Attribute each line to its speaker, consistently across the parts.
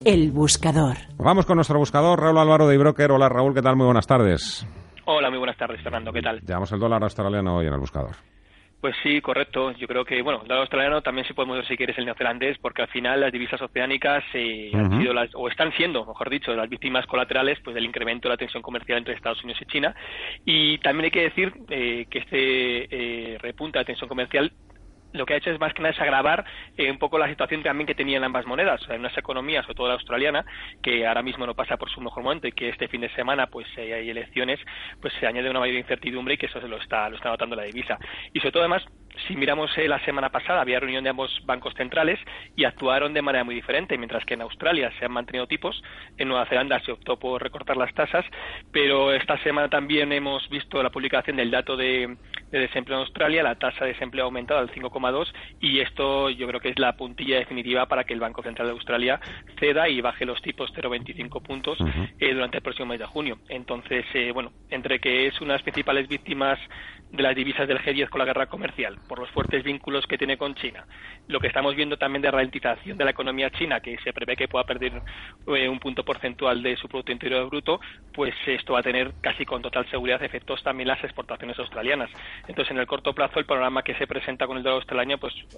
Speaker 1: El buscador.
Speaker 2: Vamos con nuestro buscador, Raúl Álvaro de iBroker. Hola Raúl, ¿qué tal? Muy buenas tardes.
Speaker 3: Hola, muy buenas tardes, Fernando, ¿qué tal?
Speaker 2: Llevamos el dólar australiano hoy en el buscador.
Speaker 3: Pues sí, correcto. Yo creo que, bueno, el dólar australiano también si podemos ver si quieres el neozelandés, porque al final las divisas oceánicas han sido o están siendo, mejor dicho, las víctimas colaterales pues del incremento de la tensión comercial entre Estados Unidos y China. Y también hay que decir que este repunte de la tensión comercial lo que ha hecho es más que nada es agravar un poco la situación también que tenían ambas monedas. O sea, en unas economías, sobre todo la australiana, que ahora mismo no pasa por su mejor momento y que este fin de semana pues hay elecciones, pues se añade una mayor incertidumbre y que eso se lo está notando la divisa. Y sobre todo además, si miramos la semana pasada, había reunión de ambos bancos centrales y actuaron de manera muy diferente, mientras que en Australia se han mantenido tipos, en Nueva Zelanda se optó por recortar las tasas, pero esta semana también hemos visto la publicación del dato de desempleo en Australia. La tasa de desempleo ha aumentado al 5,2 y esto yo creo que es la puntilla definitiva para que el Banco Central de Australia ceda y baje los tipos 0,25 puntos durante el próximo mes de junio. Entonces, bueno, entre que es una de las principales víctimas de las divisas del G10 con la guerra comercial, por los fuertes vínculos que tiene con China, lo que estamos viendo también de ralentización de la economía china, que se prevé que pueda perder un punto porcentual de su Producto Interior Bruto, pues esto va a tener casi con total seguridad efectos también las exportaciones australianas. Entonces, en el corto plazo, el panorama que se presenta con el dólar australiano,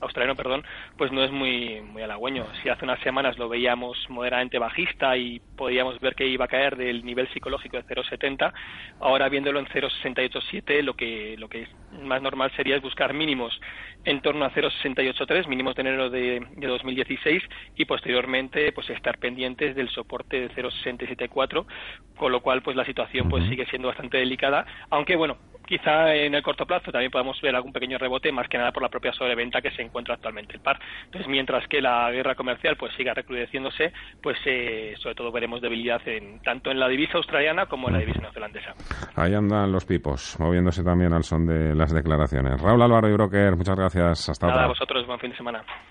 Speaker 3: pues no es muy halagüeño. Si hace unas semanas lo veíamos moderadamente bajista y podíamos ver que iba a caer del nivel psicológico de 0,70, ahora viéndolo en 0,687, lo que es más normal sería buscar mínimos en torno a 0,683, mínimos de enero de 2016, y posteriormente pues estar pendientes del soporte de 0,674, con lo cual pues la situación pues sigue siendo bastante delicada, aunque bueno, quizá en el corto plazo también podamos ver algún pequeño rebote, más que nada por la propia sobreventa que se encuentra actualmente el par. Entonces, mientras que la guerra comercial pues siga recrudeciéndose, pues sobre todo veremos debilidad tanto en la divisa australiana como en la divisa neozelandesa.
Speaker 2: Ahí andan los pipos, moviéndose también al son de las declaraciones. Raúl Álvaro, iBroker, muchas gracias. Hasta otra.
Speaker 3: Nada, a vosotros, buen fin de semana.